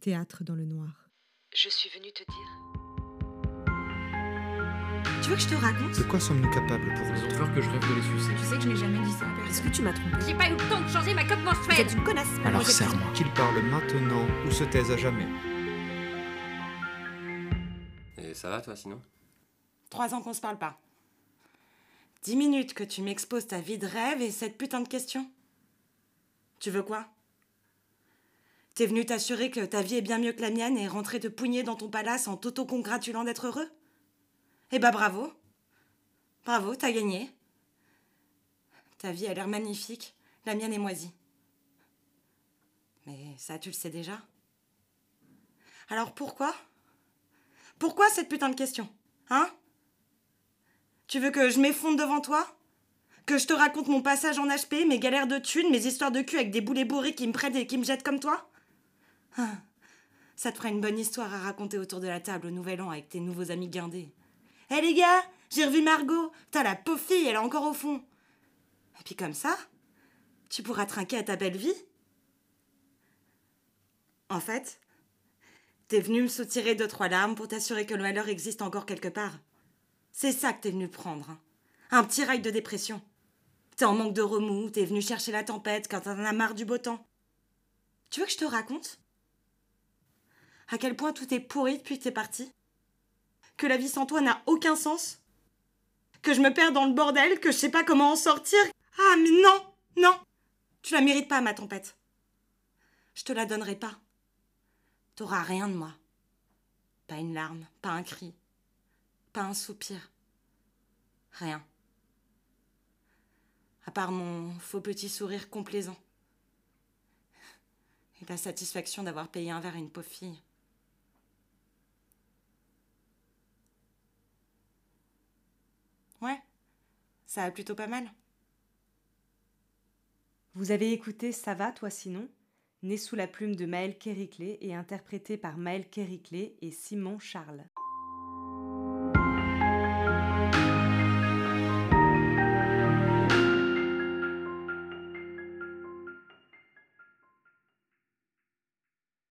théâtre dans le noir. Je suis venue te dire. Tu veux que je te raconte? De quoi sommes-nous capables pour Ils vous? ont peur que je rêve de les sucer. Tu sais que je n'ai jamais dit ça à personne. Est-ce que tu m'as trompé? J'ai pas eu le temps de changer ma coque Vous menstruelle. êtes une connasse. Alors mademoiselle. serre-moi. Qu'ils parlent maintenant ou se taisent à jamais. Et ça va toi sinon? 3 ans qu'on se parle pas. 10 minutes que tu m'exposes ta vie de rêve et cette putain de question. Tu veux quoi? T'es venu t'assurer que ta vie est bien mieux que la mienne et rentrer te pougner dans ton palace en t'auto-congratulant d'être heureux? Eh bah bravo. Bravo, t'as gagné. Ta vie a l'air magnifique, la mienne est moisie. Mais ça, tu le sais déjà. Alors pourquoi? Pourquoi cette putain de question? Hein? Tu veux que je m'effondre devant toi? Que je te raconte mon passage en HP, mes galères de thunes, mes histoires de cul avec des boulets bourrés qui me prennent et qui me jettent comme toi? Ah, ça te fera une bonne histoire à raconter autour de la table au Nouvel An avec tes nouveaux amis guindés. Hé les gars, j'ai revu Margot. Putain, la pauvre fille, elle est encore au fond. Et puis comme ça, tu pourras trinquer à ta belle vie. En fait, t'es venu me soutirer 2-3 larmes pour t'assurer que le malheur existe encore quelque part. C'est ça que t'es venu prendre. Hein. Un petit rail de dépression. T'es en manque de remous, t'es venu chercher la tempête quand t'en as marre du beau temps. Tu veux que je te raconte à quel point tout est pourri depuis que t'es parti? Que la vie sans toi n'a aucun sens? Que je me perds dans le bordel, que je sais pas comment en sortir? Ah mais non, non, tu la mérites pas ma tempête. Je te la donnerai pas. T'auras rien de moi. Pas une larme, pas un cri, pas un soupir. Rien. À part mon faux petit sourire complaisant. Et la satisfaction d'avoir payé un verre à une pauvre fille. Ouais, ça va plutôt pas mal. Vous avez écouté Ça va, toi sinon, né sous la plume de Maëlle Kériclé et interprété par Maëlle Kériclé et Simon Charles.